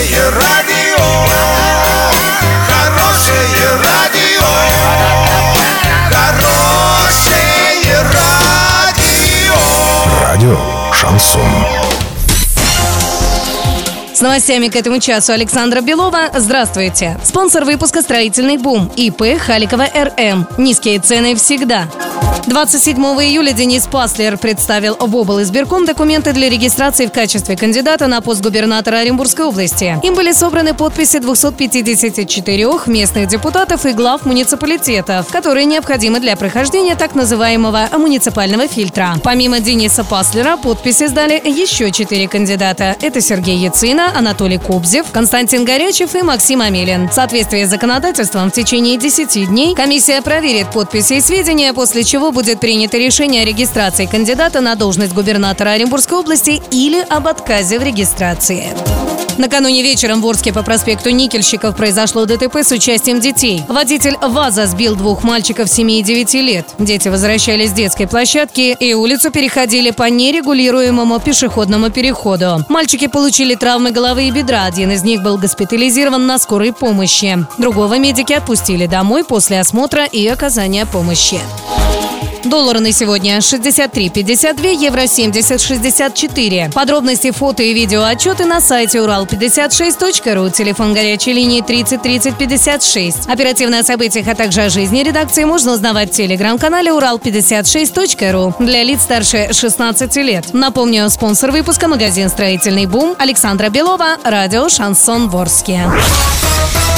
Хорошее радио, хорошее радио, хорошее радио. Радио Шансон. С новостями к этому часу Александра Белова. Здравствуйте. Спонсор выпуска «Строительный бум» ИП Халикова РМ. Низкие цены всегда. 27 июля Денис Паслер представил в облисбирком документы для регистрации в качестве кандидата на пост губернатора Оренбургской области. Им были собраны подписи 254 местных депутатов и глав муниципалитетов, которые необходимы для прохождения так называемого муниципального фильтра. Помимо Дениса Паслера, подписи сдали еще 4 кандидата. Это Сергей Яцина, Анатолий Кобзев, Константин Горячев и Максим Амелин. В соответствии с законодательством в течение 10 дней комиссия проверит подписи и сведения, после чего будет принято решение о регистрации кандидата на должность губернатора Оренбургской области или об отказе в регистрации. Накануне вечером в Орске по проспекту Никельщиков произошло ДТП с участием детей. Водитель ВАЗа сбил 2 мальчиков 7 и 9 лет. Дети возвращались с детской площадки и улицу переходили по нерегулируемому пешеходному переходу. Мальчики получили травмы головы и бедра. Один из них был госпитализирован на скорой помощи. Другого медики отпустили домой после осмотра и оказания помощи. Доллары на сегодня 63.52, евро 70.64. Подробности, фото и видео отчеты на сайте урал56.ру. Телефон горячей линии 30 30 56. Оперативно о событиях, а также о жизни редакции можно узнавать в телеграм-канале урал56.ру для лиц старше 16 лет. Напомню, спонсор выпуска — магазин «Строительный бум». Александра Белова, радио «Шансон» в Орске.